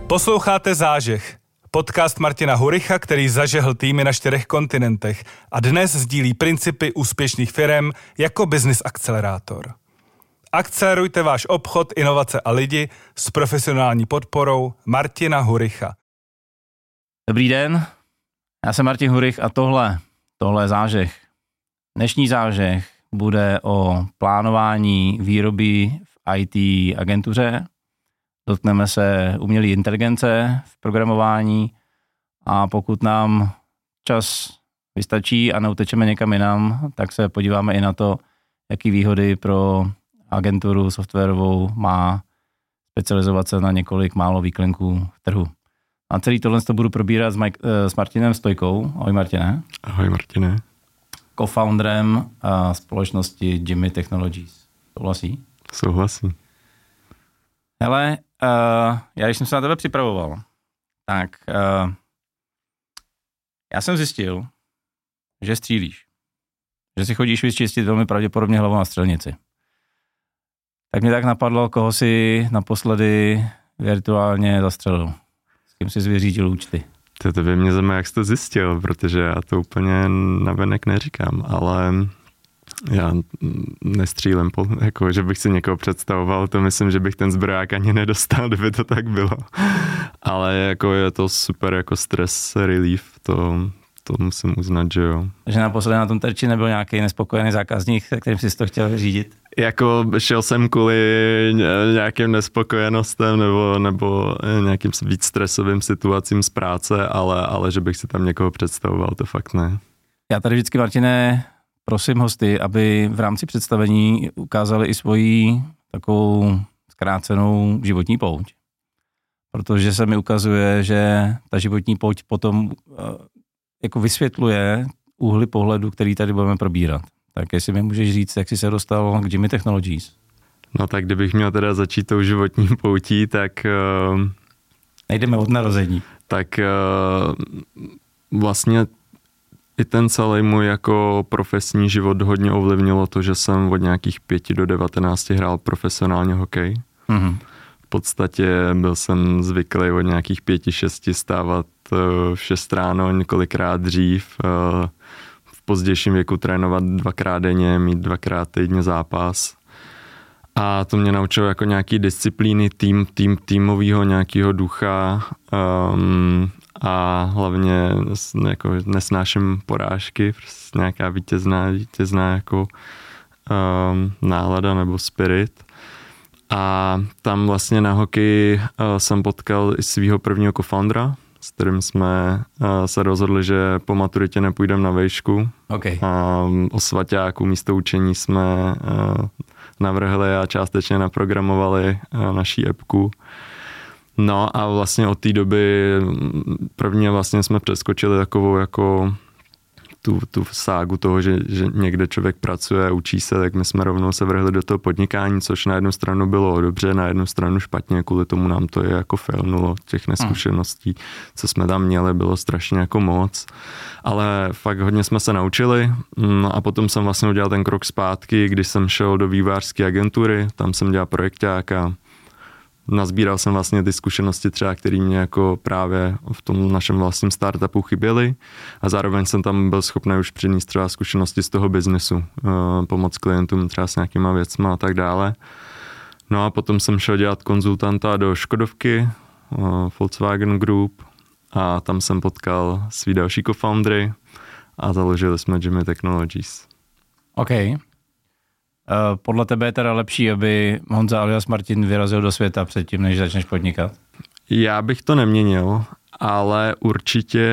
Posloucháte Zážeh, podcast Martina Huricha, který zažehl týmy na 4 kontinentech a dnes sdílí principy úspěšných firem jako business akcelerátor. Akcelerujte váš obchod, inovace a lidi s profesionální podporou Martina Huricha. Dobrý den, já jsem Martin Hurich a tohle je Zážeh. Dnešní Zážeh bude o plánování výroby v IT agentuře. Dotkneme se umělé inteligence v programování a pokud nám čas vystačí a neutečeme někam jinam, tak se podíváme i na to, jaký výhody pro agenturu softwarovou má specializovat se na několik málo výklenků v trhu. A celý tohle to budu probírat s Martinem Stojkou. Ahoj Martine. Ahoj Martine. Co-founderem společnosti Jimmy Technologies. Souhlasí? Souhlasí. Hele, já když jsem se na tebe připravoval, tak já jsem zjistil, že střílíš. Že si chodíš vyčistit velmi pravděpodobně hlavou na střelnici. Tak mě tak napadlo, koho si naposledy virtuálně zastřelil. S kým jsi vyřídil účty. To by mě zajímá, jak jsi to zjistil, protože já to úplně navenek neříkám, ale já nestřílím, jako, že bych si někoho představoval, to myslím, že bych ten zbroják ani nedostal, kdyby to tak bylo. Ale jako je to super jako stress relief, to musím uznat, že jo. Takže naposledy na tom terči nebyl nějaký nespokojený zákazník, se kterým jsi to chtěl vyřídit? Jako šel jsem kvůli nějakým nespokojenostem nebo nějakým víc stresovým situacím z práce, ale že bych si tam někoho představoval, to fakt ne. Já tady vždycky, Martine, prosím hosty, aby v rámci představení ukázali i svoji takovou zkrácenou životní pouť. Protože se mi ukazuje, že ta životní pouť potom jako vysvětluje úhly pohledu, který tady budeme probírat. Tak jestli mi můžeš říct, jak jsi se dostal k Jimmy Technologies? No tak kdybych měl teda začít tou životní poutí, tak... Nejdeme od narození. Tak vlastně i ten celý můj jako profesní život hodně ovlivnilo to, že jsem od nějakých 5 do 19 hrál profesionálně hokej. Mm-hmm. V podstatě byl jsem zvyklý od nějakých 5-6 stávat v 6 ráno, několikrát dřív, v pozdějším věku trénovat 2krát denně, mít 2krát týdně zápas. A to mě naučilo jako nějaký disciplíny, týmového nějakého ducha a hlavně jako nesnáším porážky, prostě nějaká vítězná jako nálada nebo spirit. A tam vlastně na hokeji jsem potkal i svého prvního co-foundera, s kterým jsme se rozhodli, že po maturitě nepůjdeme na vejšku. Okay. O svaťáku místo učení jsme navrhli a částečně naprogramovali naší appku. No a vlastně od té doby prvně vlastně jsme přeskočili takovou jako tu ságu toho, že někde člověk pracuje, učí se, tak my jsme rovnou se vrhli do toho podnikání, což na jednu stranu bylo dobře, na jednu stranu špatně, kvůli tomu nám to je jako failnulo, těch neskušeností, co jsme tam měli, bylo strašně jako moc, ale fakt hodně jsme se naučili, no a potom jsem vlastně udělal ten krok zpátky, když jsem šel do vývojářské agentury, tam jsem dělal projekťáka. Nazbíral jsem vlastně ty zkušenosti třeba, které mě jako právě v tom našem vlastním startupu chyběly a zároveň jsem tam byl schopný už přinést třeba zkušenosti z toho biznesu, pomoct klientům třeba s nějakýma věcma a tak dále. No a potom jsem šel dělat konzultanta do Škodovky, Volkswagen Group a tam jsem potkal svý další co-foundery a založili jsme Jimmy Technologies. OK. Podle tebe je teda lepší, aby Honza alias Martin vyrazil do světa předtím, než začneš podnikat? Já bych to neměnil, ale určitě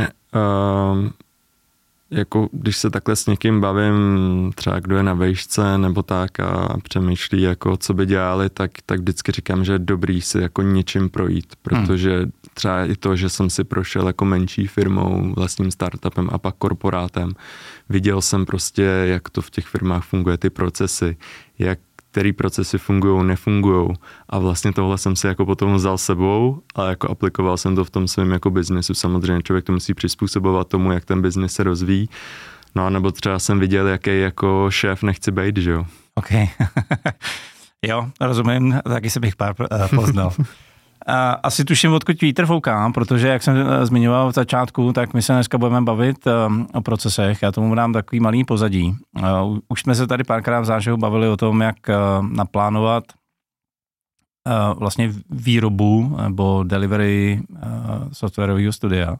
jako když se takhle s někým bavím, třeba kdo je na vejšce nebo tak a přemýšlí, jako co by dělali, tak vždycky říkám, že je dobrý si jako něčím projít, protože třeba i to, že jsem si prošel jako menší firmou, vlastním startupem a pak korporátem, viděl jsem prostě, jak to v těch firmách funguje, ty procesy, který procesy fungují, nefungují a vlastně tohle jsem si jako potom vzal sebou a jako aplikoval jsem to v tom svém jako biznesu. Samozřejmě člověk to musí přizpůsobovat tomu, jak ten biznes se rozvíjí. No a nebo třeba jsem viděl, jaký jako šéf nechci být, že jo. OK. Jo, rozumím, taky jsem jich pár poznal. Asi tuším, odkud vítr fouká, protože, jak jsem zmiňoval v začátku, tak my se dneska budeme bavit o procesech. Já tomu dám takový malý pozadí. Už jsme se tady párkrát v zážehu bavili o tom, jak naplánovat vlastně výrobu nebo delivery softwarového studia.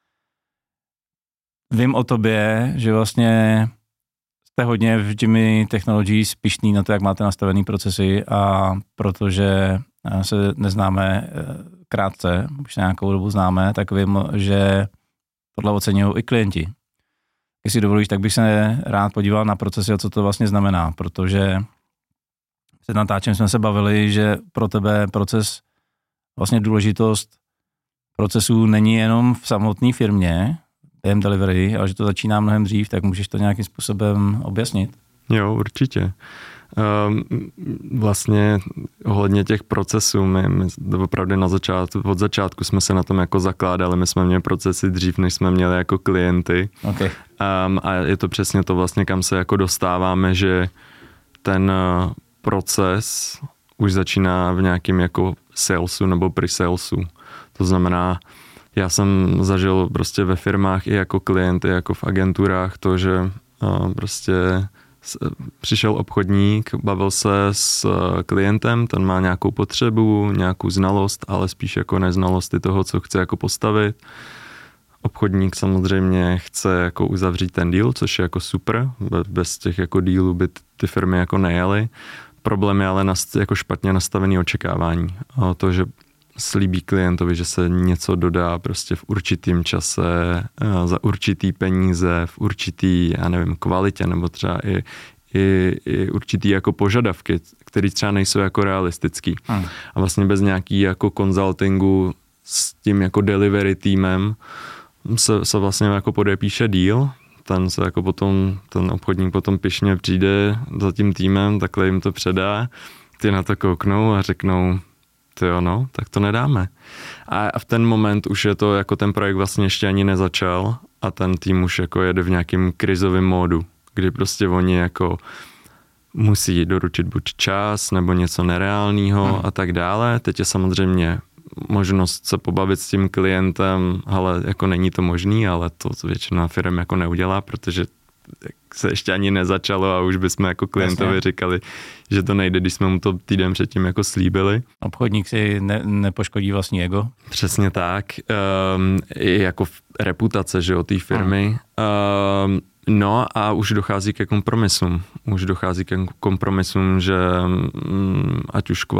Vím o tobě, že vlastně jste hodně v Jimmy Technologies pyšný na to, jak máte nastavený procesy, a protože se neznáme krátce, už nějakou dobu známe, tak vím, že tohle oceňují i klienti. Jestli dovolíš, tak bych se rád podíval na procesy a co to vlastně znamená, protože před natáčem jsme se bavili, že pro tebe proces, vlastně důležitost procesů není jenom v samotné firmě, během delivery, ale že to začíná mnohem dřív, tak můžeš to nějakým způsobem objasnit? Jo, určitě. Vlastně ohledně těch procesů, my opravdu od začátku jsme se na tom jako zakládali, my jsme měli procesy dřív, než jsme měli jako klienty. Okay. A je to přesně to vlastně, kam se jako dostáváme, že ten proces už začíná v nějakém jako salesu nebo pre-salesu. To znamená, já jsem zažil prostě ve firmách i jako klienty, jako v agenturách to, že prostě přišel obchodník, bavil se s klientem, ten má nějakou potřebu, nějakou znalost, ale spíš jako neznalosti toho, co chce jako postavit. Obchodník samozřejmě chce jako uzavřít ten deal, což je jako super, bez těch jako dealů by ty firmy jako nejely. Problém je ale jako špatně nastavený očekávání. A to, že slíbí klientovi, že se něco dodá prostě v určitým čase, za určitý peníze, v určitý, já nevím, kvalitě, nebo třeba i určitý jako požadavky, které třeba nejsou jako realistický. A vlastně bez nějaký jako konzultingu s tím jako delivery týmem se vlastně jako podepíše deal, ten obchodník potom pyšně přijde za tím týmem, takhle jim to předá, ty na to kouknou a řeknou, no, tak to nedáme. A v ten moment už je to, jako ten projekt vlastně ještě ani nezačal a ten tým už jako jede v nějakým krizovém módu, kdy prostě oni jako musí doručit buď čas nebo něco nereálného a tak dále. Teď je samozřejmě možnost se pobavit s tím klientem, ale jako není to možný, ale to většina firm jako neudělá, protože se ještě ani nezačalo a už bychom jako klientovi říkali, že to nejde, když jsme mu to týden předtím jako slíbili. Obchodník si nepoškodí vlastní ego? Přesně tak. I jako reputace, že, té firmy. No a už dochází ke kompromisům. Že ať už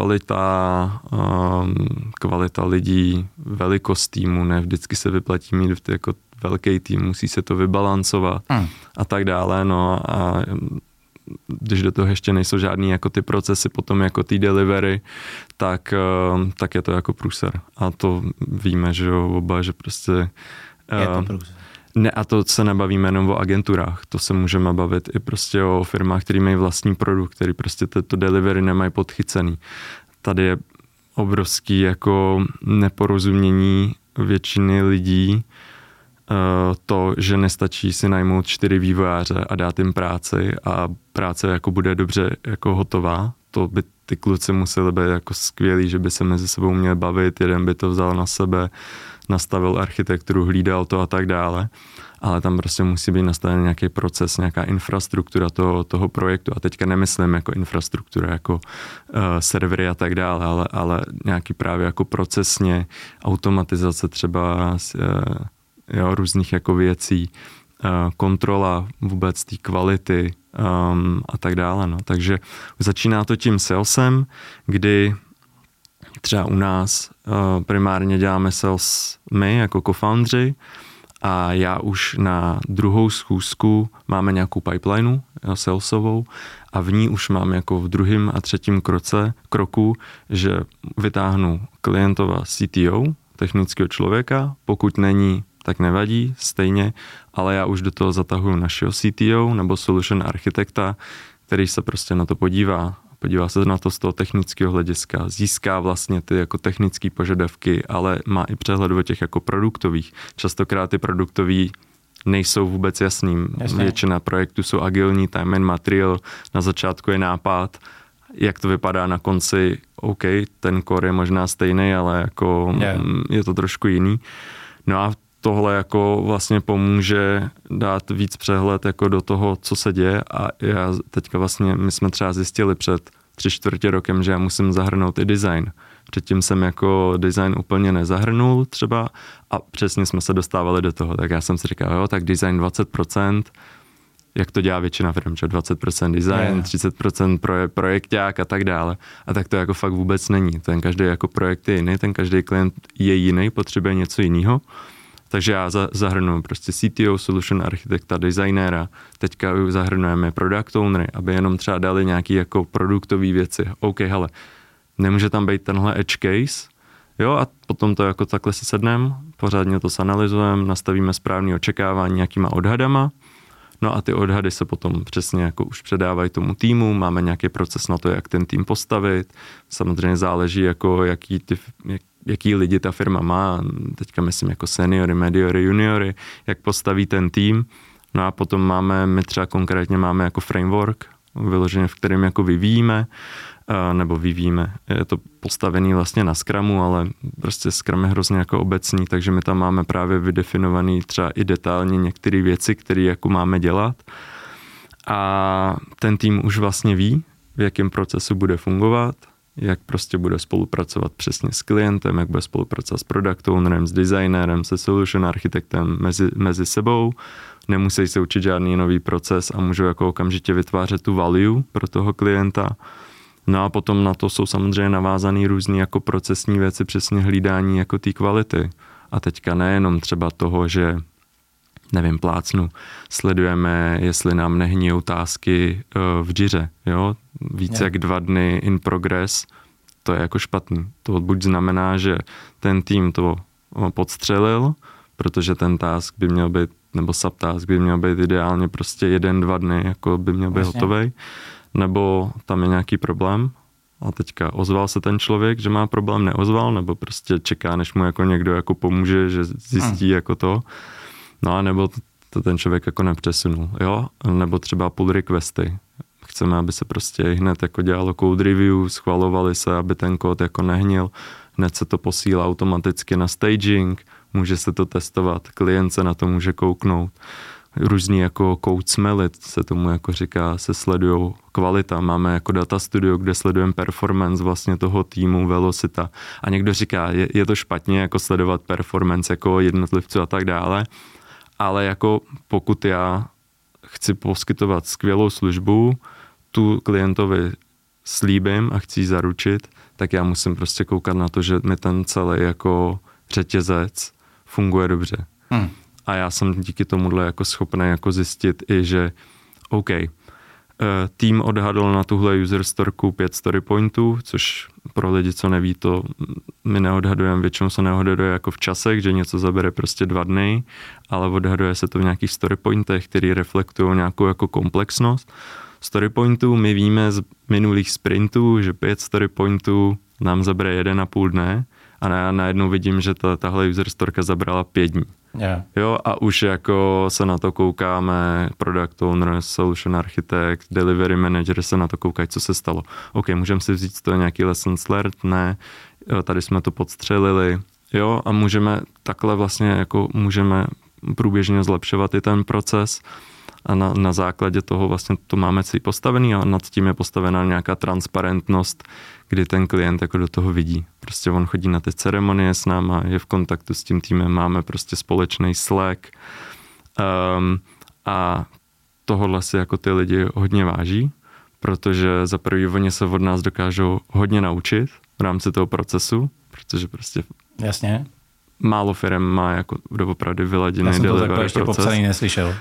kvalita lidí, velikost týmu, ne vždycky se vyplatí mít jako velký tým, musí se to vybalancovat a tak dále. No a když do toho ještě nejsou žádný jako ty procesy, potom jako ty delivery, tak je to jako průser. A to víme, že oba, že prostě... Je to průser. Ne, a to se nebavíme jenom o agenturách, to se můžeme bavit i prostě o firmách, které mají vlastní produkt, který prostě to delivery nemají podchycený. Tady je obrovský jako neporozumění většiny lidí, to, že nestačí si najmout 4 vývojáře a dát jim práci a práce jako bude dobře jako hotová. To by ty kluci museli být jako skvělí, že by se mezi sebou měli bavit, jeden by to vzal na sebe, nastavil architekturu, hlídal to a tak dále. Ale tam prostě musí být nastaven nějaký proces, nějaká infrastruktura toho projektu. A teďka nemyslím jako infrastruktura, jako servery a tak dále, ale nějaký právě jako procesně, automatizace třeba různých jako věcí, kontrola vůbec té kvality a tak dále. No. Takže začíná to tím salesem, kdy třeba u nás primárně děláme sales my jako co-foundři a já už na druhou schůzku máme nějakou pipelineu salesovou a v ní už mám jako v druhém a třetím kroku, že vytáhnu klientova CTO, technického člověka, pokud není, tak nevadí, stejně, ale já už do toho zatahuju našeho CTO nebo solution architekta, který se prostě na to podívá se na to z toho technického hlediska, získá vlastně ty jako technické požadavky, ale má i přehled o těch jako produktových. Častokrát ty produktový nejsou vůbec jasný. Většina projektů jsou agilní, time and material, na začátku je nápad, jak to vypadá na konci, OK, ten core je možná stejný, ale jako je to trošku jiný. No a tohle jako vlastně pomůže dát víc přehled jako do toho, co se děje a já teďka vlastně, my jsme třeba zjistili před 3/4 rokem, že já musím zahrnout i design. Předtím jsem jako design úplně nezahrnul třeba a přesně jsme se dostávali do toho, tak já jsem si říkal, jo, tak design 20%, jak to dělá většina firm, že 20% design, 30% projekták a tak dále. A tak to jako fakt vůbec není. Ten každý jako projekt je jiný, ten každý klient je jiný, potřebuje něco jiného. Takže já zahrnuju prostě CTO, solution architekta, designéra, teďka zahrnujeme product ownery, aby jenom třeba dali nějaký jako produktové věci. OK, hele, nemůže tam být tenhle edge case, jo, a potom to jako takhle si sedneme, pořádně to zanalyzujeme, nastavíme správné očekávání nějakýma odhadama, no a ty odhady se potom přesně jako už předávají tomu týmu, máme nějaký proces na to, jak ten tým postavit, samozřejmě záleží jako jaký lidi ta firma má, teďka myslím jako seniory, mediory, juniory, jak postaví ten tým, no a potom my třeba konkrétně máme jako framework, vyloženě v kterém jako vyvíjíme, je to postavený vlastně na Scrumu, ale prostě Scrum je hrozně jako obecný, takže my tam máme právě vydefinovaný třeba i detailně některé věci, které jako máme dělat a ten tým už vlastně ví, v jakém procesu bude fungovat, jak prostě bude spolupracovat přesně s klientem, jak bude spolupracovat s product ownerem, s designérem, se solution architektem mezi sebou. Nemusí se učit žádný nový proces a můžou jako okamžitě vytvářet tu value pro toho klienta. No a potom na to jsou samozřejmě navázané různý jako procesní věci, přesně hlídání jako té kvality. A teďka nejenom třeba toho, že nevím, plácnu, sledujeme, jestli nám nehníjou tásky v Jiře, jo? Víc jak 2 dny in progress, to je jako špatný. To buď znamená, že ten tým to podstřelil, protože ten task by měl být, nebo subtask by měl být ideálně prostě 1-2 dny, jako by měl být hotovej, nebo tam je nějaký problém a teďka ozval se ten člověk, že má problém, neozval, nebo prostě čeká, než mu jako někdo jako pomůže, že zjistí jako to. No a nebo to ten člověk jako nepřesunul, jo? Nebo třeba pull requesty. Chceme, aby se prostě hned jako dělalo code review, schvalovali se, aby ten kód jako nehnil, hned se to posílá automaticky na staging, může se to testovat, klient se na to může kouknout. Různý jako code smellit se tomu jako říká, se sledujou kvalita. Máme jako data studio, kde sledujeme performance vlastně toho týmu, velocita. A někdo říká, je to špatně jako sledovat performance jako jednotlivců a tak dále, ale jako pokud já chci poskytovat skvělou službu, tu klientovi slíbím a chci ji zaručit, tak já musím prostě koukat na to, že mi ten celý jako řetězec funguje dobře. A já jsem díky tomuhle jako schopný jako zjistit i, že OK, tým odhadl na tuhle user storku 5 story pointů, což pro lidi, co neví, to my neodhadujeme, většinou se neodhaduje jako v časech, že něco zabere prostě 2 dny, ale odhaduje se to v nějakých story pointech, které reflektují nějakou jako komplexnost. Story pointů my víme z minulých sprintů, že 5 story pointů nám zabere 1,5 dne a já najednou vidím, že tahle user storka zabrala 5 dní. Yeah. Jo, a už jako se na to koukáme, product owner, solution architect, delivery manager se na to koukají, co se stalo. OK, můžeme si vzít z toho nějaký lessons learned, ne, jo, tady jsme to podstřelili, jo, a můžeme takhle vlastně jako můžeme průběžně zlepšovat i ten proces a na základě toho vlastně to máme celý postavený a nad tím je postavená nějaká transparentnost, kdy ten klient jako do toho vidí. Prostě on chodí na ty ceremonie s náma, je v kontaktu s tím týmem, máme prostě společný Slack a tohohle si jako ty lidi hodně váží, protože za první oni se od nás dokážou hodně naučit v rámci toho procesu, protože prostě jasně. Málo firem má jako opravdu vyladěný delivery proces. Já jsem to ještě popsaný neslyšel.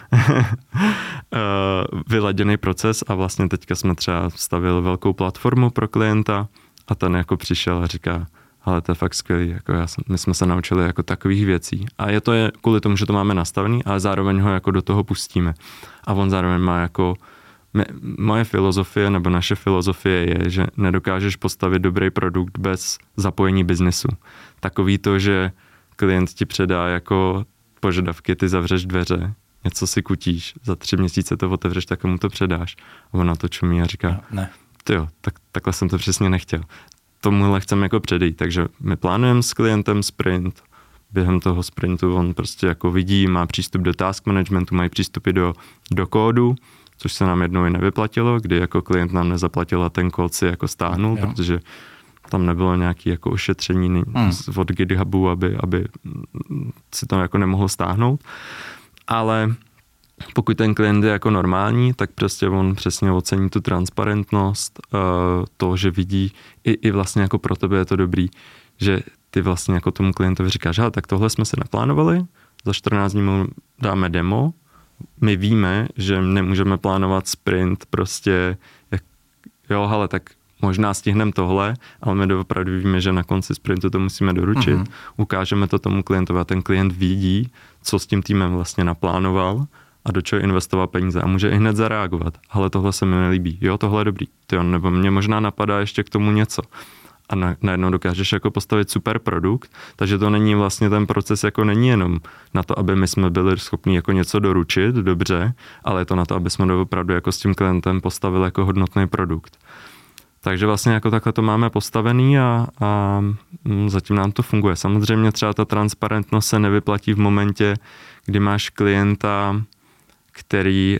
Vyladěný proces a vlastně teďka jsme třeba stavili velkou platformu pro klienta a ten jako přišel a říká, ale to je fakt skvělý, jako my jsme se naučili jako takových věcí a je to kvůli tomu, že to máme nastavený, ale zároveň ho jako do toho pustíme. A on zároveň má jako moje filozofie nebo naše filozofie je, že nedokážeš postavit dobrý produkt bez zapojení biznesu. Takový to, že klient ti předá jako požadavky, ty zavřeš dveře, něco si kutíš, za 3 měsíce to otevřeš, tak mu to předáš. A on na to čumí a říká, ne. takhle jsem to přesně nechtěl. Tomuhle chceme jako předejít, takže my plánujeme s klientem sprint, během toho sprintu on prostě jako vidí, má přístup do task managementu, mají přístupy do kódu, což se nám jednou i nevyplatilo, kdy jako klient nám nezaplatil a ten kód si jako stáhnul, protože tam nebylo nějaké jako ošetření od GitHubu, aby si to jako nemohl stáhnout. Ale pokud ten klient je jako normální, tak prostě on přesně ocení tu transparentnost, to, že vidí, i vlastně jako pro tebe je to dobrý, že ty vlastně jako tomu klientovi říkáš, tak tohle jsme si naplánovali, za 14 dní mu dáme demo, my víme, že nemůžeme plánovat sprint prostě, tak možná stihneme tohle, ale my opravdu víme, že na konci sprintu to musíme doručit. Ukážeme to tomu klientovi a ten klient vidí, co s tím týmem vlastně naplánoval a do čeho investoval peníze a může i hned zareagovat. Ale tohle se mi nelíbí. Tohle je dobrý. Nebo mě možná napadá ještě k tomu něco. A najednou dokážeš jako postavit super produkt, takže to není vlastně ten proces jako není jenom na to, aby my jsme byli schopni jako něco doručit dobře, ale je to na to, aby jsme opravdu jako s tím klientem postavili jako hodnotný produkt. Takže vlastně jako takhle to máme postavený a zatím nám to funguje. Samozřejmě třeba ta transparentnost se nevyplatí v momentě, kdy máš klienta, který,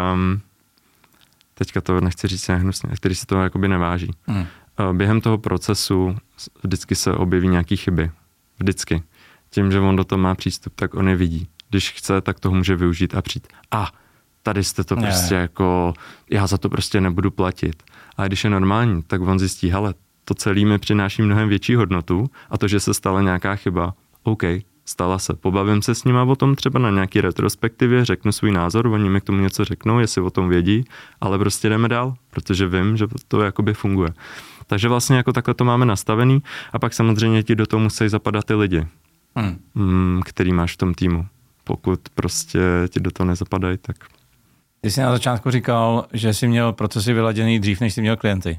teďka to nechci říct nějak hnusně, který se toho jakoby neváží. Během toho procesu vždycky se objeví nějaký chyby. Vždycky. Tím, že on do toho má přístup, tak on je vidí. Když chce, tak toho může využít a přijít. Tady jste to prostě jako, já za to prostě nebudu platit. A když je normální, tak on zjistí, hele, to celé mi přináší mnohem větší hodnotu a to, že se stala nějaká chyba, OK, stala se. Pobavím se s nima o tom třeba na nějaký retrospektivě, řeknu svůj názor, oni mi k tomu něco řeknou, jestli o tom vědí, ale prostě jdeme dál, protože vím, že to jakoby funguje. Takže vlastně jako takhle to máme nastavený a pak samozřejmě ti do toho musí zapadat ty lidi, který máš v tom týmu. Pokud prostě ti do toho nezapadají, tak... Ty jsi na začátku říkal, že jsi měl procesy vyladěný dřív, než jsi měl klienty.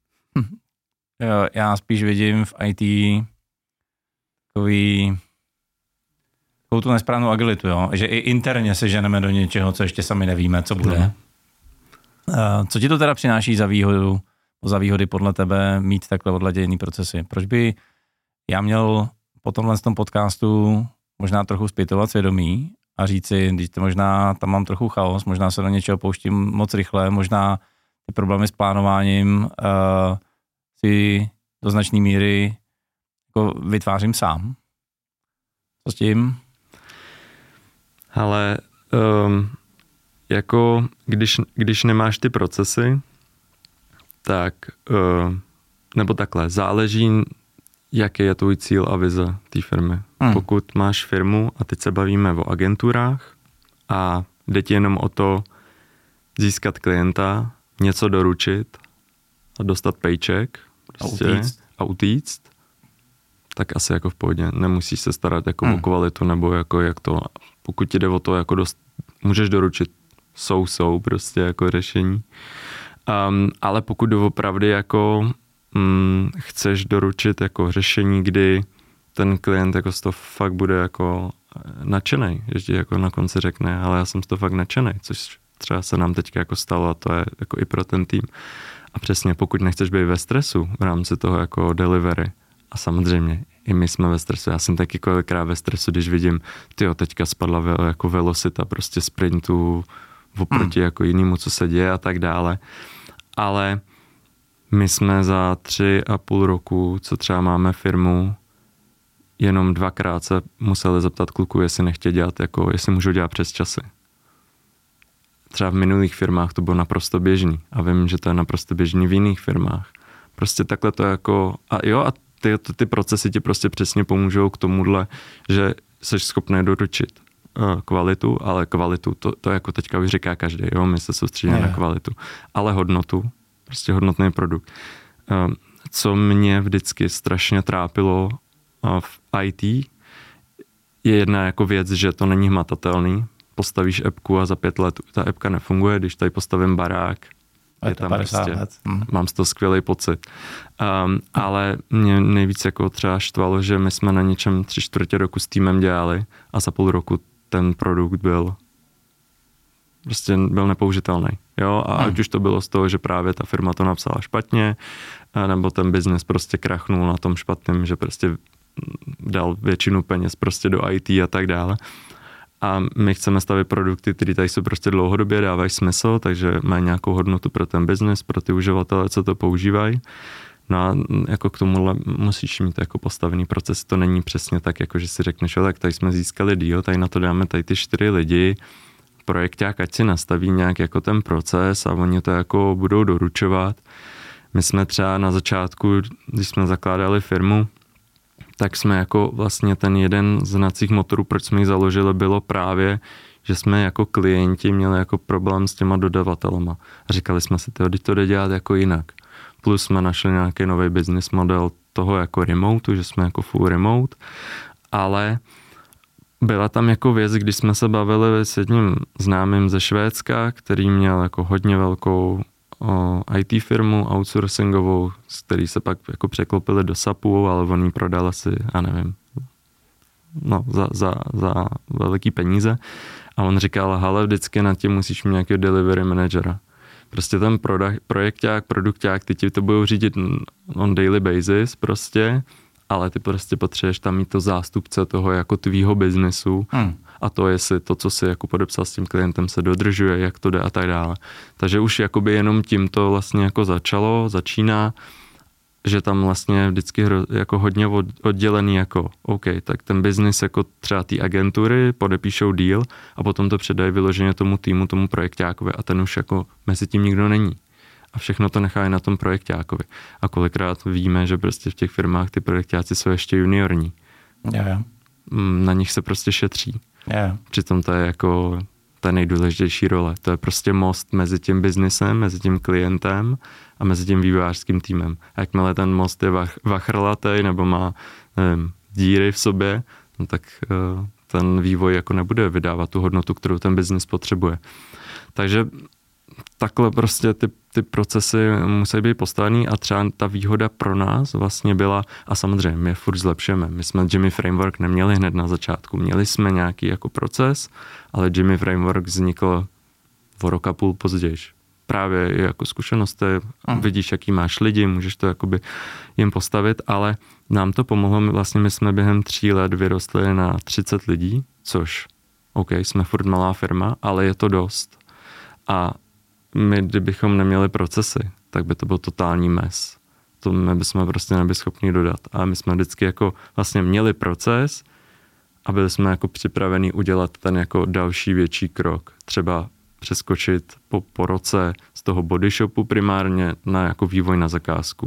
Já spíš vidím v IT takovou tu nesprávnou agilitu, že i interně se ženeme do něčeho, co ještě sami nevíme, co bude. Co ti to teda přináší za výhody podle tebe mít takhle odladěný procesy? Proč by já měl po tomhle tom podcastu možná trochu zpytovat svědomí a říci, když možná tam mám trochu chaos, možná se do něčeho pouštím moc rychle, možná ty problémy s plánováním si do značné míry jako vytvářím sám. Co s tím? Ale jako když nemáš ty procesy, tak nebo takhle, záleží, jaký je tvůj cíl a vize té firmy. Pokud máš firmu, a teď se bavíme o agenturách a jde ti jenom o to získat klienta, něco doručit a dostat paycheck prostě, a utíct, tak asi jako v pohodě. Nemusíš se starat jako o kvalitu nebo jako jak to, pokud ti jde o to, jako můžeš doručit jsou prostě jako řešení. Ale pokud opravdu jako chceš doručit jako řešení, kdy ten klient jako z toho fakt bude jako nadšenej, že jako na konci řekne, ale já jsem z toho fakt nadšenej, což třeba se nám teďka jako stalo a to je jako i pro ten tým. A přesně, pokud nechceš být ve stresu v rámci toho jako delivery, a samozřejmě i my jsme ve stresu, já jsem taky kolikrát ve stresu, když vidím, teďka spadla jako velocita prostě sprintu oproti jako jinému, co se děje a tak dále. Ale my jsme za 3,5 roku, co třeba máme firmu, jenom 2krát se museli zeptat kluku, jestli nechtějí dělat, jako jestli můžou dělat přes časy. Třeba v minulých firmách to bylo naprosto běžný a vím, že to je naprosto běžný v jiných firmách. Prostě takhle to jako, a ty procesy ti prostě přesně pomůžou k tomuhle, že jsi schopný doručit kvalitu, ale kvalitu, to jako teďka už říká každý, my se soustředíme na kvalitu, ale hodnotu, prostě hodnotný produkt. Co mě vždycky strašně trápilo v IT, je jedna jako věc, že to není hmatatelný. Postavíš appku a za 5 let ta appka nefunguje, když tady postavím barák, je tam prostě, mám z toho skvělý pocit. Ale mě nejvíc jako třeba štvalo, že my jsme na něčem 3/4 roku s týmem dělali a za půl roku ten produkt byl nepoužitelný. Jo, a ať už to bylo z toho, že právě ta firma to napsala špatně, nebo ten biznes prostě krachnul na tom špatném, že prostě dal většinu peněz prostě do IT a tak dále. A my chceme stavit produkty, které tady jsou prostě dlouhodobě, dávají smysl, takže mají nějakou hodnotu pro ten biznes, pro ty uživatele, co to používají. No a jako k tomuhle musíš mít jako postavený proces. To není přesně tak, jako že si řekneš, tak tady jsme získali deal, tady na to dáme tady ty 4 lidi, projekták, ať si nastaví nějak jako ten proces a oni to jako budou doručovat. My jsme třeba na začátku, když jsme zakládali firmu, tak jsme jako vlastně ten jeden z hnacích motorů, proč jsme ji založili, bylo právě, že jsme jako klienti měli jako problém s těma dodavatelema. A říkali jsme si, teď to jde dělat jako jinak. Plus jsme našli nějaký nový business model toho jako remote, že jsme jako full remote, ale byla tam jako věc, když jsme se bavili s jedním známým ze Švédska, který měl jako hodně velkou IT firmu outsourcingovou, z který se pak jako překlopili do SAPu, ale on jí prodal asi, já nevím, no, za veliký peníze. A on říkal, hele, vždycky nad tím musíš mít nějakého delivery managera. Prostě ten projekták, produkták, ty ti to budou řídit on daily basis prostě, ale ty prostě potřebuješ tam mít to zástupce toho jako tvýho biznesu a to, jestli to, co si jako podepsal s tím klientem, se dodržuje, jak to jde a tak dále. Takže už jakoby jenom tím to vlastně jako začíná, že tam vlastně vždycky jako hodně oddělený jako OK, tak ten biznis jako třeba té agentury podepíšou deal a potom to předají vyloženě tomu týmu, tomu projekťákovi a ten už jako mezi tím nikdo není. A všechno to nechají na tom projekťákovi. A kolikrát víme, že prostě v těch firmách ty projekťáci jsou ještě juniorní. Yeah. Na nich se prostě šetří. Yeah. Přitom to je jako ta nejdůležitější role. To je prostě most mezi tím biznisem, mezi tím klientem a mezi tím vývojářským týmem. A jakmile ten most je vachrlatej nebo má díry v sobě, no tak ten vývoj jako nebude vydávat tu hodnotu, kterou ten biznis potřebuje. Takže takhle prostě ty procesy musí být postavený a třeba ta výhoda pro nás vlastně byla, a samozřejmě my furt zlepšujeme. My jsme Jimmy Framework neměli hned na začátku. Měli jsme nějaký jako proces, ale Jimmy Framework vznikl o rok a půl později. Právě jako zkušenost, vidíš, jaký máš lidi, můžeš to jakoby jim postavit, ale nám to pomohlo, vlastně my jsme během 3 let vyrostli na 30 lidí, což OK, jsme furt malá firma, ale je to dost. A my, kdybychom neměli procesy, tak by to byl totální mes. To my bychom prostě nebyli schopni dodat. A my jsme vždycky jako vlastně měli proces a byli jsme jako připraveni udělat ten jako další větší krok. Třeba přeskočit po roce z toho body shopu primárně na jako vývoj na zakázku.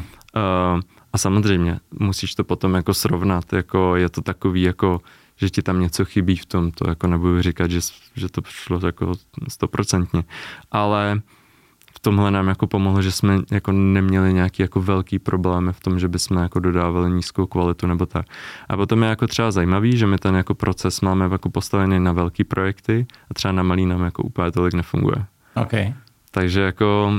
A samozřejmě musíš to potom jako srovnat, jako je to takový jako že ti tam něco chybí v tom, to jako nebudu říkat, že to šlo jako 100%, ale v tomhle nám jako pomohlo, že jsme jako neměli nějaký jako velký problémy v tom, že bychom jako dodávali nízkou kvalitu nebo tak. A potom je jako třeba zajímavý, že my ten jako proces máme jako postavený na velký projekty a třeba na malý nám jako úplně tolik nefunguje. Okay. Takže jako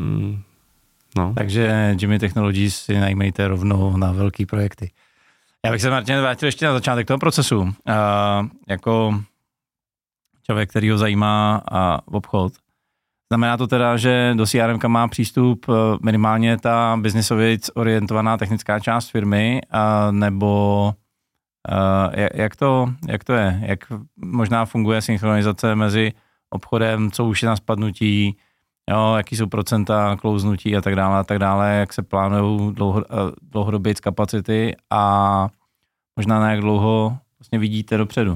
no. Takže Jimmy Technologies si najmejte rovnou na velký projekty. Já bych se, Martin, vrátil ještě na začátek toho procesu. Jako člověk, který ho zajímá obchod, znamená to teda, že do CRM má přístup minimálně ta biznisově orientovaná technická část firmy, nebo jak to je? Jak možná funguje synchronizace mezi obchodem, co už je na spadnutí, jo, jaký jsou procenta klouznutí a tak dále, jak se plánují dlouhodobě kapacity a možná na jak dlouho vlastně vidíte dopředu.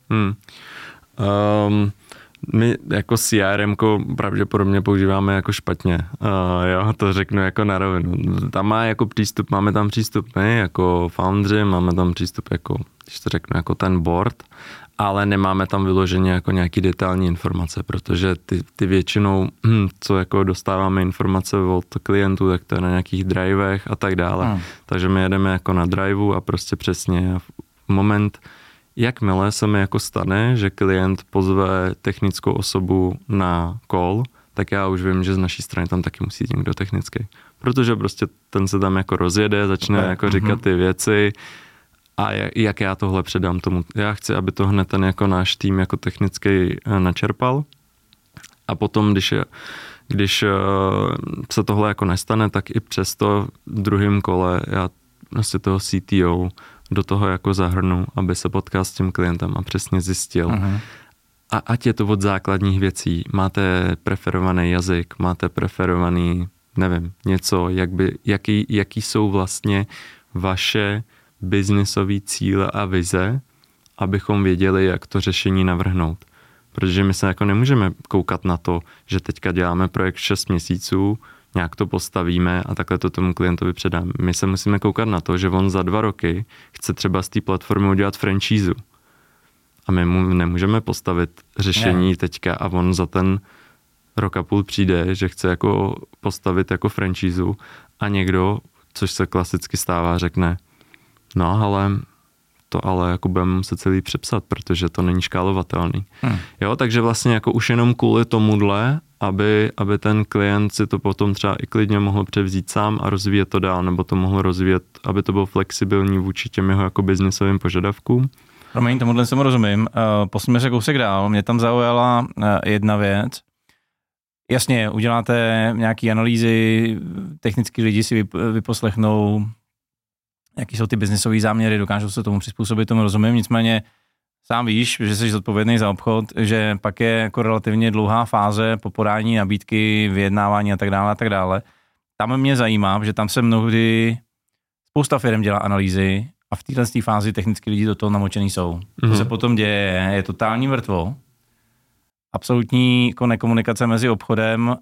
My jako CRM-ko pravděpodobně používáme jako špatně. Jo, to řeknu jako na rovinu. Tam máme tam přístup my jako foundry, máme tam přístup jako, když to řeknu, jako ten board, ale nemáme tam vyloženě jako nějaký detailní informace, protože ty většinou, co jako dostáváme informace od klientů, tak to je na nějakých drivech a tak dále. Takže my jedeme jako na driveu a prostě přesně v moment, jakmile se mi jako stane, že klient pozve technickou osobu na call, tak já už vím, že z naší strany tam taky musí jít někdo technický. Protože prostě ten se tam jako rozjede, začne jako říkat ty věci a jak já tohle předám tomu. Já chci, aby to hned ten jako náš tým jako technický načerpal A potom, když se tohle jako nestane, tak i přesto v druhém kole já vlastně toho CTO do toho jako zahrnu, aby se potkal s tím klientem a přesně zjistil. A ať je to od základních věcí, máte preferovaný jazyk, máte preferovaný, nevím, něco, jaký jsou vlastně vaše biznisové cíle a vize, abychom věděli, jak to řešení navrhnout. Protože my se jako nemůžeme koukat na to, že teďka děláme projekt 6 měsíců, nějak to postavíme a takhle to tomu klientovi předáme. My se musíme koukat na to, že on za 2 roky chce třeba z té platformy udělat franšízu. A my mu nemůžeme postavit řešení teďka a on za ten rok a půl přijde, že chce jako postavit jako franšízu a někdo, což se klasicky stává, řekne, no ale to ale jako budeme muset celý přepsat, protože to není škálovatelný. Jo, takže vlastně jako už jenom kvůli tomuhle, aby ten klient si to potom třeba i klidně mohl převzít sám a rozvíjet to dál, nebo to mohl rozvíjet, aby to bylo flexibilní vůči těm jeho jako biznisovým požadavkům. Promiň, tomuhle jsem rozumím. Posuneme se kousek dál. Mě tam zaujala jedna věc. Jasně, uděláte nějaké analýzy, technický lidi si vyposlechnou, jaký jsou ty biznisové záměry, dokážou se tomu přizpůsobit, tomu rozumím. Nicméně sám víš, že jsi zodpovědný za obchod, že pak je jako relativně dlouhá fáze po podání nabídky, vyjednávání a tak dále a tak dále. Tam mě zajímá, že tam se mnohdy spousta firm dělá analýzy a v této fázi technicky lidi do toho namočený jsou. To se potom děje, je totální mrtvo. Absolutní jako nekomunikace mezi obchodem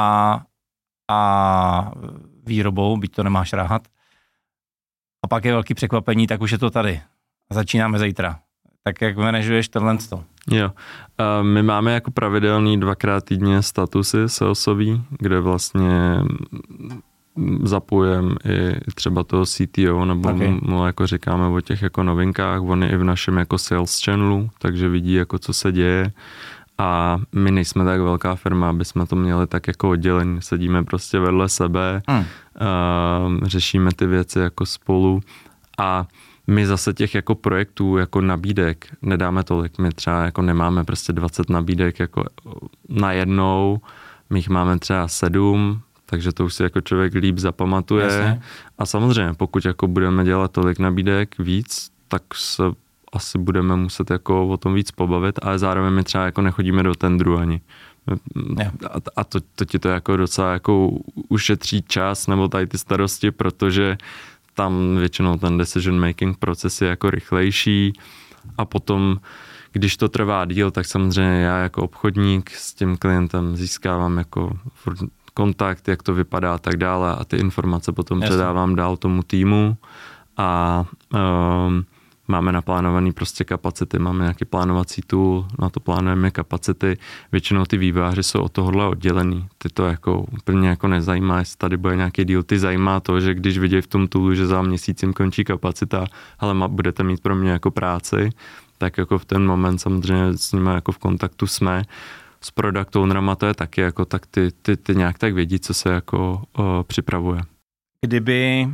a výrobou, byť to nemáš rád. A pak je velký překvapení, tak už je to tady. A začínáme zítra. Tak jak manažuješ tohle? Jo. My máme jako pravidelný 2x týdně statusy salesový, kde vlastně zapojím i třeba toho CTO, nebo mu jako říkáme o těch jako novinkách, on je i v našem jako sales channelu, takže vidí jako co se děje a my nejsme tak velká firma, aby jsme to měli tak jako oddělení, sedíme prostě vedle sebe, řešíme ty věci jako spolu a my zase těch jako projektů, jako nabídek nedáme tolik, my třeba jako nemáme prostě 20 nabídek jako najednou, my jich máme třeba 7, takže to už si jako člověk líp zapamatuje. Jasně. A samozřejmě, pokud jako budeme dělat tolik nabídek víc, tak se asi budeme muset jako o tom víc pobavit, ale zároveň my třeba jako nechodíme do tendru ani. A to ti to jako docela jako ušetří čas nebo tady ty starosti, protože tam většinou ten decision making proces je jako rychlejší a potom, když to trvá díl, tak samozřejmě já jako obchodník s tím klientem získávám jako kontakt, jak to vypadá a tak dále a ty informace potom předávám dál tomu týmu a máme naplánovaný prostě kapacity, máme nějaký plánovací tool, na to plánujeme kapacity, většinou ty vývojáři jsou od tohohle oddělený, ty to jako úplně jako nezajímá, jestli tady bude nějaký deal, ty zajímá to, že když vidějí v tom toolu, že za měsíc jim končí kapacita, ale budete mít pro mě jako práci, tak jako v ten moment samozřejmě s nimi jako v kontaktu jsme. S product ownerama to je taky jako tak ty nějak tak vědí, co se jako připravuje. Kdyby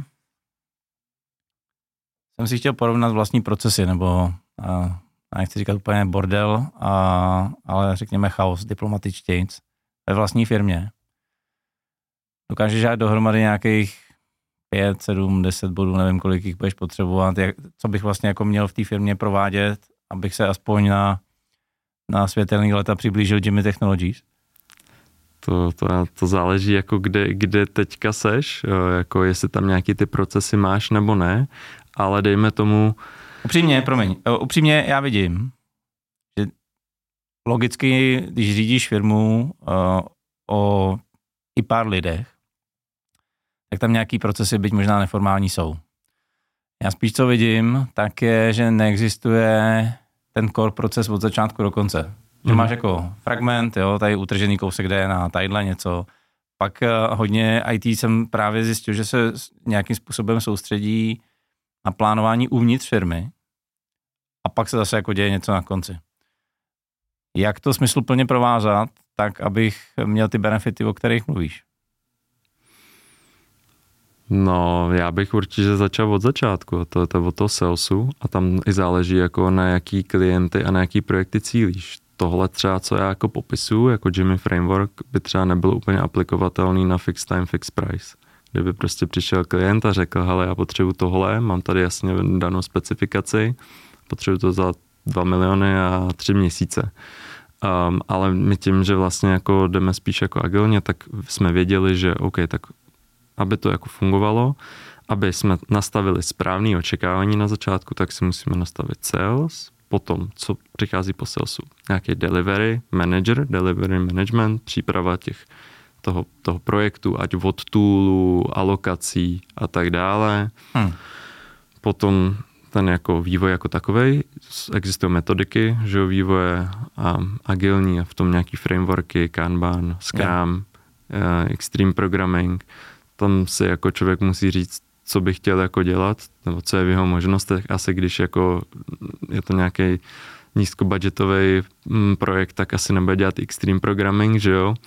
jsem si chtěl porovnat vlastní procesy, nebo nechci říkat úplně bordel, ale řekněme chaos, diplomatičtějc ve vlastní firmě. Dokážeš dát dohromady nějakých 5, 7, 10 bodů, nevím, kolik jich budeš potřebovat, co bych vlastně jako měl v té firmě provádět, abych se aspoň na světelný leta přiblížil Jimmy Technologies? To záleží, jako kde teďka seš, jako jestli tam nějaký ty procesy máš nebo ne, ale dejme tomu... Upřímně já vidím, že logicky, když řídíš firmu o i pár lidech, tak tam nějaký procesy, byť možná neformální, jsou. Já spíš co vidím, tak je, že neexistuje ten core proces od začátku do konce. Že máš jako fragment, jo, tady utržený kousek DNA, tadyhle něco. Pak hodně IT jsem právě zjistil, že se nějakým způsobem soustředí na plánování uvnitř firmy a pak se zase jako děje něco na konci. Jak to smysluplně provázat, tak abych měl ty benefity, o kterých mluvíš? No, já bych určitě začal od začátku, to od toho salesu a tam i záleží jako na jaký klienty a na jaký projekty cílíš. tohle třeba, co já jako popisuju, jako Jimmy Framework, by třeba nebylo úplně aplikovatelný na fixed time, fixed price. Kdyby prostě přišel klient a řekl, hele, já potřebuji tohle, mám tady jasně danou specifikaci, potřebuji to za 2 miliony a 3 měsíce. Ale my tím, že vlastně jako jdeme spíš jako agilně, tak jsme věděli, že OK, tak aby to jako fungovalo, aby jsme nastavili správné očekávání na začátku, tak si musíme nastavit sales, potom, co přichází po salesu, nějaký delivery manager, delivery management, příprava toho projektu, ať od toolu, alokací a tak dále. Potom ten jako vývoj jako takovej, existují metodiky, že jo, vývoje agilní a v tom nějaký frameworky, Kanban, Scrum, Extreme Programming. Tam si jako člověk musí říct, co by chtěl jako dělat, nebo co je v jeho možnostech. Asi když jako je to nějaký nízkobudgetový projekt, tak asi nebude dělat Extreme Programming, že jo.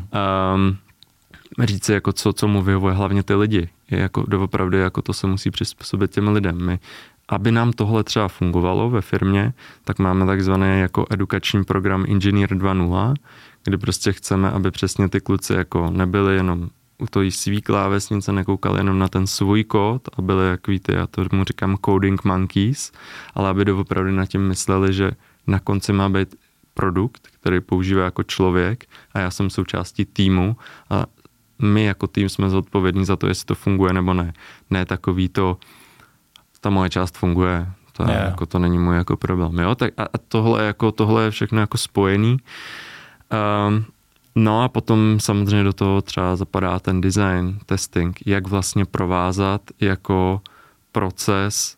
Říct si jako co mu vyhovuje hlavně ty lidi. Je jako doopravdy jako to se musí přizpůsobit těm lidem. Aby nám tohle třeba fungovalo ve firmě, tak máme takzvaný jako edukační program Engineer 2.0, kdy prostě chceme, aby přesně ty kluci jako nebyli jenom u toho svý klávesnice, nekoukali jenom na ten svůj kód a byli jaký ty, já tomu říkám coding monkeys, ale aby doopravdy nad tím mysleli, že na konci má být produkt, který používá jako člověk a já jsem součástí týmu a my jako tým jsme zodpovědní za to, jestli to funguje nebo ne. Ne takový to, ta moje část funguje, jako to není můj jako problém. Jo? Tak a tohle je všechno jako spojený. No a potom samozřejmě do toho třeba zapadá ten design, testing, jak vlastně provázat jako proces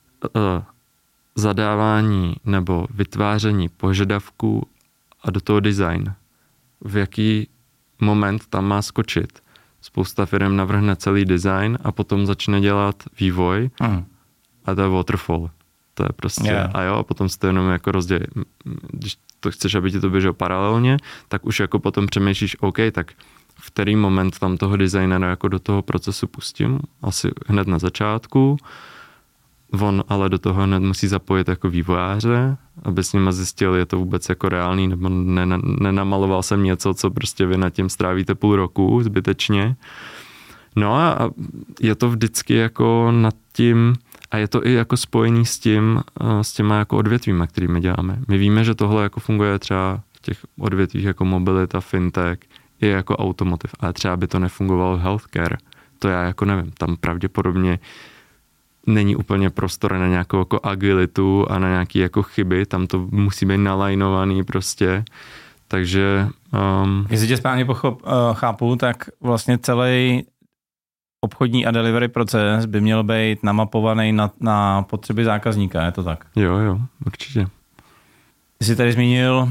zadávání nebo vytváření požadavků a do toho design. V jaký moment tam má skočit. Spousta firm navrhne celý design a potom začne dělat vývoj a to je waterfall. To je prostě, a potom se to jenom jako rozdělí. Když to chceš, aby ti to běželo paralelně, tak už jako potom přemýšlíš, OK, tak v který moment tam toho designera jako do toho procesu pustím, asi hned na začátku. On ale do toho hned musí zapojit jako vývojáře, aby s nima zjistil, je to vůbec jako reálný, nebo nenamaloval jsem něco, co prostě vy nad tím strávíte půl roku zbytečně. No a je to vždycky jako nad tím, a je to i jako spojený s těma jako odvětvíma, kterými děláme. My víme, že tohle jako funguje třeba v těch odvětvích jako mobilita, fintech, i jako automotive, ale třeba by to nefungovalo v healthcare. To já jako nevím, tam pravděpodobně není úplně prostor na nějakou jako agilitu a na nějaké jako chyby, tam to musí být nalajnovaný prostě, takže... Jestli tě správně chápu, tak vlastně celý obchodní a delivery proces by měl být namapovaný na potřeby zákazníka, je to tak? Jo, určitě. Ty jsi tady zmínil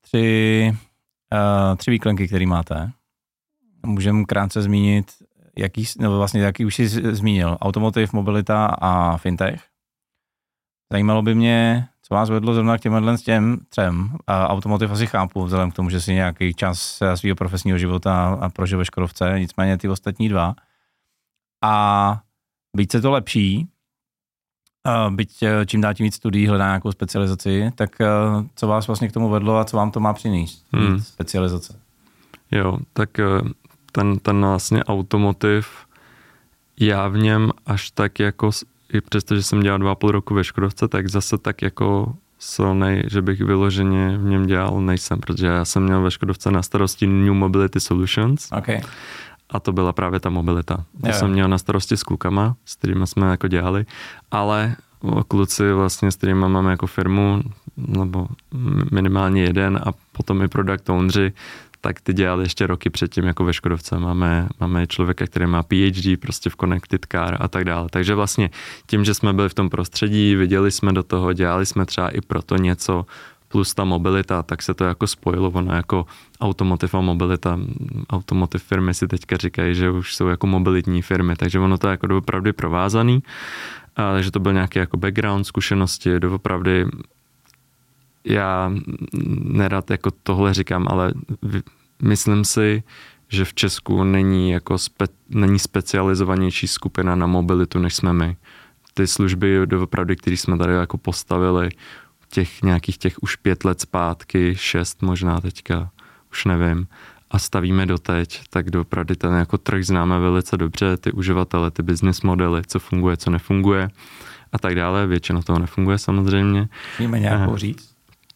tři výklenky, které máte. Můžeme krátce zmínit, jaký už jsi zmínil, automotive, mobilita a fintech. Zajímalo by mě, co vás vedlo zrovna k těm třem. Automotive asi chápu, vzhledem k tomu, že si nějaký čas svého profesního života a prožil ve Škodovce, nicméně ty ostatní dva. A byť se to lepší, byť čím dál tím víc studií hledá nějakou specializaci, tak co vás vlastně k tomu vedlo a co vám to má přinést? Specializace. Jo, tak ten vlastně automotiv, já v něm až tak jako, i přesto, že jsem dělal 2,5 roku ve Škodovce, tak zase tak jako silnej, že bych vyloženě v něm dělal nejsem, protože já jsem měl ve Škodovce na starosti New Mobility Solutions. Okay. A to byla právě ta mobilita. To jsem měl na starosti s klukama, s kterými jsme jako dělali, ale kluci vlastně, s kterými máme jako firmu, nebo minimálně jeden a potom i product ownři, tak ty dělali ještě roky předtím jako ve Škodovce. Máme člověka, který má PhD prostě v Connected Car a tak dále. Takže vlastně tím, že jsme byli v tom prostředí, viděli jsme do toho, dělali jsme třeba i proto něco, plus ta mobilita, tak se to jako spojilo, ono jako automotive a mobilita. Automotive firmy si teďka říkají, že už jsou jako mobilitní firmy, takže ono to je jako doopravdy provázaný. Takže to byl nějaký jako background, zkušenosti, doopravdy. Já nerad jako tohle říkám, ale myslím si, že v Česku není jako není specializovanější skupina na mobilitu, než jsme my. Ty služby doopravdy, které jsme tady jako postavili, těch už 5 let zpátky, 6 možná teďka, už nevím, a stavíme doteď, tak opravdu ten jako trh známe velice dobře, ty uživatele, ty business modely, co funguje, co nefunguje a tak dále. Většina toho nefunguje samozřejmě. Můžeme nějakou říct?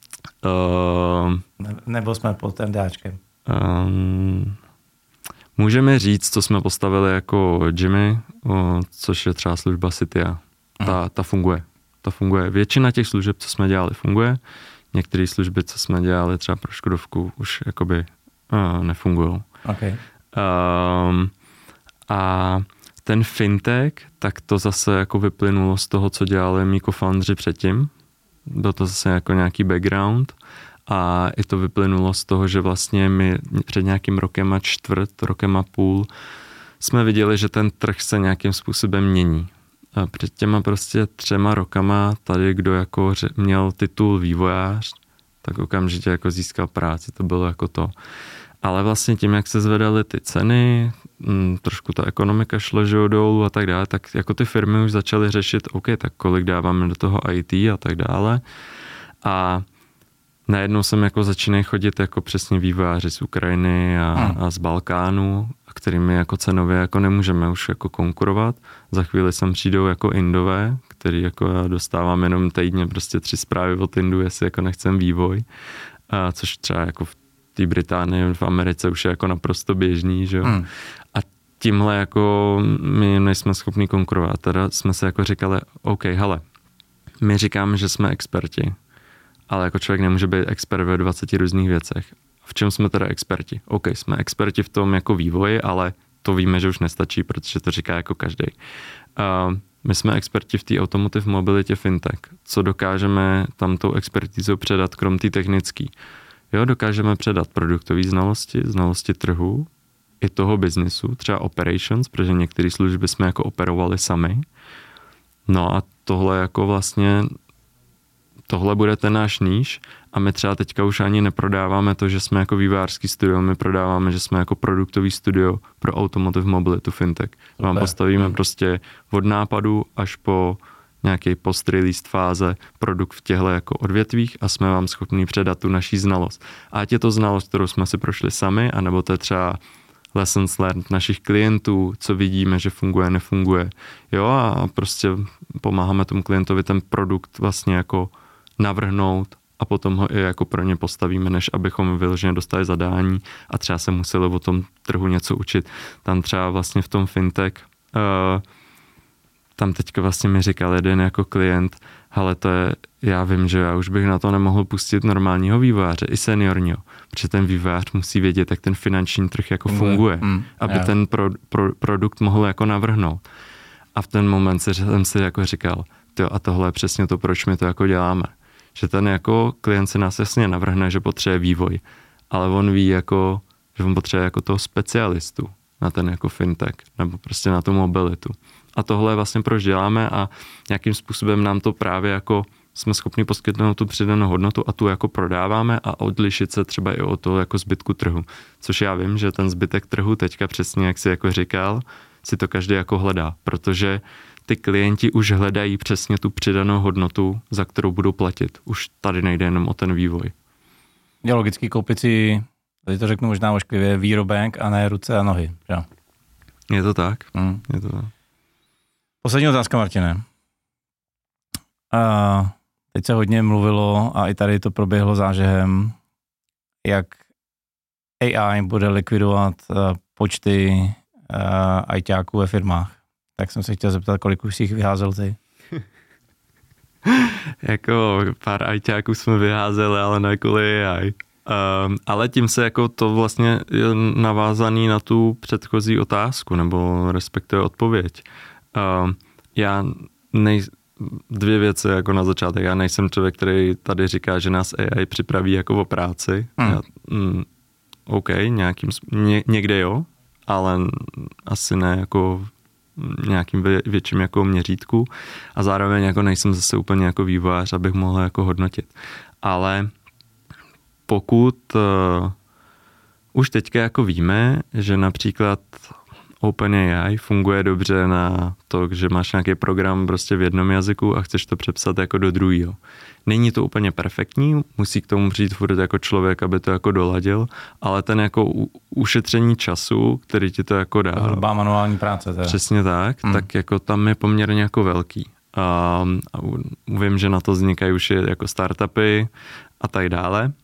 Nebo jsme pod tendáčkem? Můžeme říct, co jsme postavili jako Jimmy, což je třeba služba Citia. Ta funguje. Ta funguje. Většina těch služeb, co jsme dělali, funguje. Některé služby, co jsme dělali třeba pro Škodovku, už jakoby nefungují. Okay. A ten fintech, tak to zase jako vyplynulo z toho, co dělali mý co-foundři předtím. Byl to zase jako nějaký background a i to vyplynulo z toho, že vlastně my před nějakým rokem a půl jsme viděli, že ten trh se nějakým způsobem mění. A před těma prostě 3 rokama tady, kdo jako měl titul vývojář, tak okamžitě jako získal práci, to bylo jako to. Ale vlastně tím, jak se zvedaly ty ceny, trošku ta ekonomika šla dolů a tak dále, tak jako ty firmy už začaly řešit, OK, tak kolik dáváme do toho IT a tak dále. A najednou sem jako začínají chodit jako přesně vývojáři z Ukrajiny a z Balkánu, kterými jako cenově jako nemůžeme už jako konkurovat. Za chvíli sem přijdou jako Indové, který jako já dostávám jenom týdně prostě 3 zprávy od Indu, jestli jako nechcem vývoj, což třeba jako v té Británii, v Americe už je jako naprosto běžný, že jo. A tímhle jako my nejsme schopni konkurovat. Teda jsme se jako říkali, OK, hele, my říkáme, že jsme experti, ale jako člověk nemůže být expert ve 20 různých věcech. V čem jsme teda experti? OK, jsme experti v tom jako vývoji, ale to víme, že už nestačí, protože to říká jako každý. My jsme experti v té automotive mobility fintech. Co dokážeme tam tou expertízou předat, krom té technické? Jo, dokážeme předat produktové znalosti trhu, i toho biznisu, třeba operations, protože některé služby jsme jako operovali sami. No a tohle jako vlastně, tohle bude ten náš níž a my třeba teďka už ani neprodáváme to, že jsme jako vývojářský studio, my prodáváme, že jsme jako produktový studio pro automotive mobility fintech. Vám postavíme prostě od nápadu až po nějaký post-release fáze produkt v těchto jako odvětvích a jsme vám schopni předat tu naší znalost. A ať je to znalost, kterou jsme si prošli sami, anebo to je třeba lessons learned našich klientů, co vidíme, že funguje, nefunguje. Jo, a prostě pomáháme tomu klientovi ten produkt vlastně jako navrhnout a potom ho i jako pro ně postavíme, než abychom vyloženě dostali zadání a třeba se museli o tom trhu něco učit. Tam třeba vlastně v tom fintech tam teďka vlastně mi říkal jeden jako klient, hele, to je, já vím, že já už bych na to nemohl pustit normálního vývojáře, i seniorního, protože ten vývojář musí vědět, jak ten finanční trh jako funguje, aby ten produkt mohl jako navrhnout. A v ten moment jsem si jako říkal, a tohle je přesně to, proč my to jako děláme. Že ten jako klient se nás jasně navrhne, že potřebuje vývoj, ale on ví jako, že on potřebuje jako toho specialistu na ten jako fintech, nebo prostě na tu mobilitu. A tohle je vlastně proč děláme a nějakým způsobem nám to právě jako jsme schopni poskytnout tu přidanou hodnotu a tu jako prodáváme a odlišit se třeba i od toho jako zbytku trhu. Což já vím, že ten zbytek trhu teďka přesně, jak jsi jako říkal, si to každý jako hledá, protože ty klienti už hledají přesně tu přidanou hodnotu, za kterou budou platit. Už tady nejde jenom o ten vývoj. Je logicky koupit si, tady to řeknu možná ošklivě, výrobek a ne ruce a nohy. Že? Je to tak. Je to tak. Poslední otázka, Martine. Teď se hodně mluvilo a i tady to proběhlo zážehem, jak AI bude likvidovat počty ajťáků ve firmách. Tak jsem se chtěl zeptat, kolik už si jich vyházel ty? Jako pár ajťáků jsme vyházeli, ale ne kvůli AI. Ale tím se jako to vlastně je navázaný na tu předchozí otázku, nebo respektive odpověď. Dvě věci jako na začátek. Já nejsem člověk, který tady říká, že nás AI připraví jako o práci. OK, někde jo, ale asi ne jako nějakým větším jako měřítku a zároveň jako nejsem zase úplně jako vývojář, abych mohl jako hodnotit. Ale pokud už teďka jako víme, že například OpenAI funguje dobře na to, že máš nějaký program prostě v jednom jazyku a chceš to přepsat jako do druhého. Není to úplně perfektní, musí k tomu přijít furt jako člověk, aby to jako doladil, ale ten jako ušetření času, který ti to jako dá. Hrubá manuální práce. Teda. Přesně tak, tak jako tam je poměrně jako velký. A vím, že na to vznikají už jako startupy a tak dále.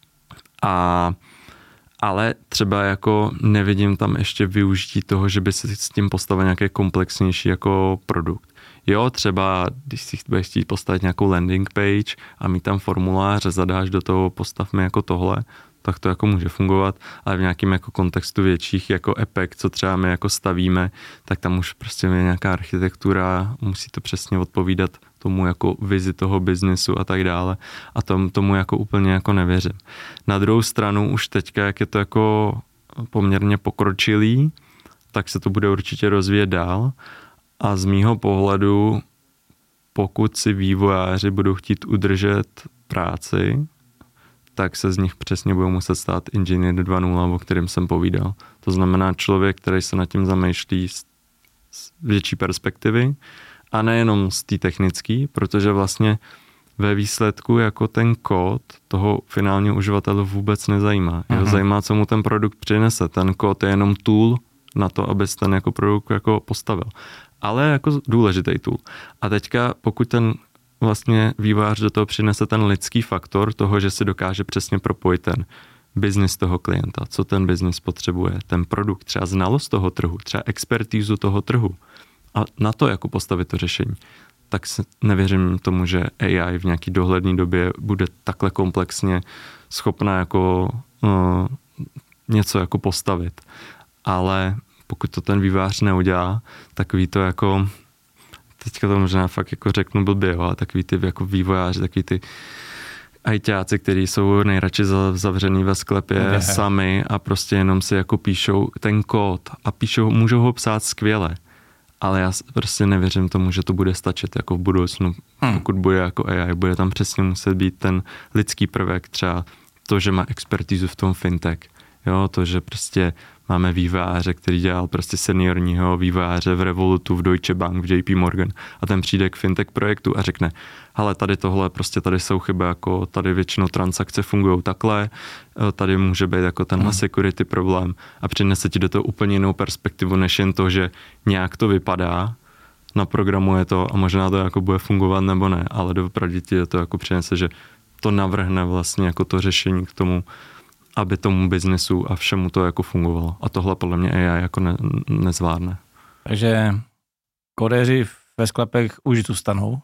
Ale třeba jako nevidím tam ještě využití toho, že by si s tím postavil nějaký komplexnější jako produkt. Jo, třeba když si budeš chtít postavit nějakou landing page a mít tam formulář, zadáš do toho, postav mi jako tohle, tak to jako může fungovat, ale v nějakém jako kontextu větších jako epek, co třeba my jako stavíme, tak tam už prostě je nějaká architektura, musí to přesně odpovídat tomu jako vizi toho biznesu a tak dále a tomu jako úplně jako nevěřím. Na druhou stranu už teďka, jak je to jako poměrně pokročilý, tak se to bude určitě rozvíjet dál a z mýho pohledu, pokud si vývojáři budou chtít udržet práci, tak se z nich přesně budou muset stát inženýr 2.0, o kterém jsem povídal. To znamená člověk, který se nad tím zamýšlí z větší perspektivy a nejenom z té technické, protože vlastně ve výsledku jako ten kód toho finálního uživatele vůbec nezajímá. Jeho zajímá, co mu ten produkt přinese. Ten kód je jenom tool na to, aby ten jako produkt jako postavil. Ale jako důležitý tool. A teďka, pokud ten vlastně vývojář do toho přinese ten lidský faktor toho, že si dokáže přesně propojit ten biznis toho klienta, co ten biznis potřebuje, ten produkt, třeba znalost toho trhu, třeba expertízu toho trhu a na to jako postavit to řešení, tak se nevěřím tomu, že AI v nějaký dohledné době bude takhle komplexně schopná jako něco jako postavit. Ale pokud to ten vývojář neudělá, takový to jako teďka to možná fakt jako řeknu blbě, ale takový ty jako vývojáři, takový ty ajťáci, kteří jsou nejradši zavřený ve sklepě sami a prostě jenom si jako píšou ten kód a můžou ho psát skvěle. Ale já prostě nevěřím tomu, že to bude stačit jako v budoucnu. Pokud bude jako AI, bude tam přesně muset být ten lidský prvek, třeba to, že má expertízu v tom fintech. Jo, to, že prostě máme vývojáře, který dělal prostě seniorního vývojáře v Revolutu, v Deutsche Bank, v JP Morgan a ten přijde k fintech projektu a řekne, hele, tady tohle, prostě tady jsou chyby, jako tady většinou transakce fungují takhle, tady může být jako tenhle security problém a přinese ti do toho úplně jinou perspektivu, než jen to, že nějak to vypadá, naprogramuje to a možná to jako bude fungovat nebo ne, ale doopravdy ti to jako přinese, že to navrhne vlastně jako to řešení k tomu, aby tomu biznesu a všemu to jako fungovalo. A tohle podle mě AI jako nezvládne. Takže kodéři ve sklepech už zůstanou.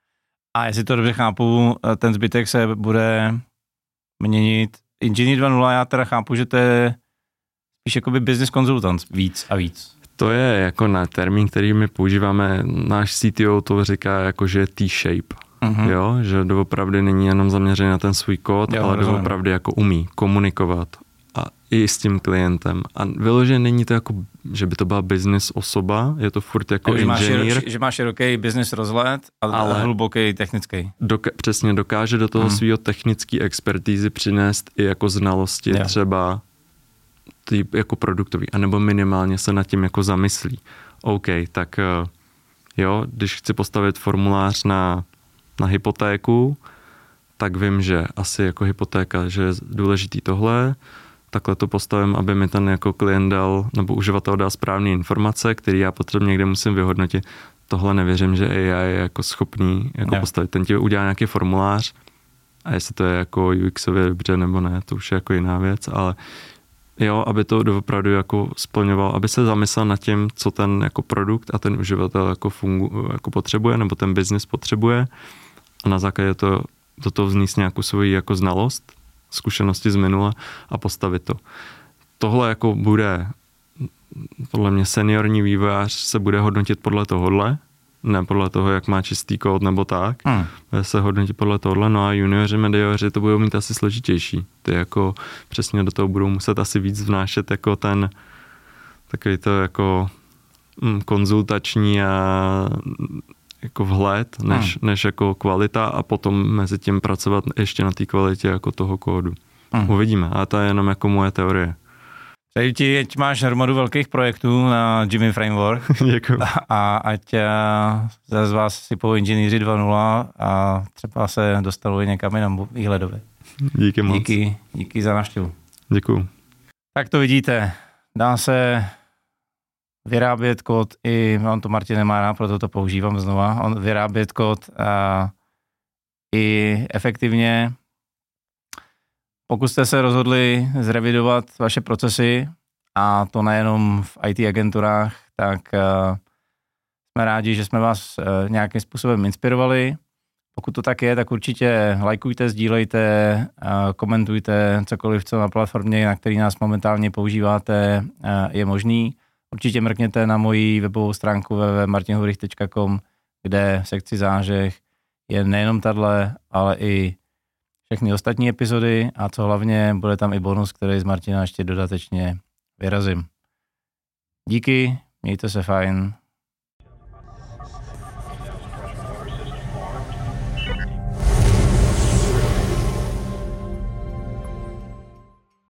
A jestli to dobře chápu, ten zbytek se bude měnit. Inženýr 2.0, já teda chápu, že to je spíš jakoby business konzultant víc a víc. To je jako na termín, který my používáme, náš CTO to říká jako, že je T-shape. Jo, že doopravdy není jenom zaměřený na ten svůj kód, ale doopravdy jako umí komunikovat a i s tím klientem. A vyloženě není to jako, že by to byla business osoba, je to furt jako inženýr. Že má široký business rozhled, ale hluboký technický. Přesně dokáže do toho svého technické expertízy přinést i jako znalosti třeba ty jako produktový, anebo minimálně se nad tím jako zamyslí. OK, tak jo, když chci postavit formulář na hypotéku, tak vím, že asi jako hypotéka, že je důležitý tohle, takhle to postavím, aby mi ten jako klient dal, nebo uživatel dal správné informace, které já potřebně někde musím vyhodnotit. Tohle nevěřím, že AI je jako schopný jako postavit. Ten ti udělá nějaký formulář a jestli to je jako UXově dobře nebo ne, to už je jako jiná věc, ale jo, aby to opravdu jako splňoval, aby se zamyslel nad tím, co ten jako produkt a ten uživatel jako jako potřebuje, nebo ten biznis potřebuje a na základě do toho vznést nějakou svoji jako znalost, zkušenosti z minula a postavit to. Tohle jako bude, podle mě seniorní vývojář se bude hodnotit podle tohohle, ne podle toho, jak má čistý kód nebo tak, bude se hodnotit podle tohohle, no a junioři, medioři to budou mít asi složitější. Ty jako přesně do toho budou muset asi víc vnášet jako ten takový to jako konzultační a jako vhled, než jako kvalita a potom mezi tím pracovat ještě na té kvalitě jako toho kódu. Uvidíme, ale to je jenom jako moje teorie. Přeji ti, ať máš hromadu velkých projektů na Jimmy Framework. Děkuji. A ať z vás sypou inženýři 2.0 a třeba se dostanou i někam jinam výhledově. Díky moc. Díky za návštěvu. Děkuju. Tak to vidíte, dá se vyrábět kód i, on to Martin nemá rád, proto to používám znova, on vyrábět kód i efektivně. Pokud jste se rozhodli zrevidovat vaše procesy, a to nejenom v IT agenturách, tak jsme rádi, že jsme vás nějakým způsobem inspirovali. Pokud to tak je, tak určitě lajkujte, sdílejte, komentujte cokoliv, co na platformě, na který nás momentálně používáte, je možný. Určitě mrkněte na moji webovou stránku www.martinhurich.com, kde v sekci zážeh je nejenom tahle, ale i všechny ostatní epizody a co hlavně, bude tam i bonus, který z Martina ještě dodatečně vyrazím. Díky, mějte se fajn.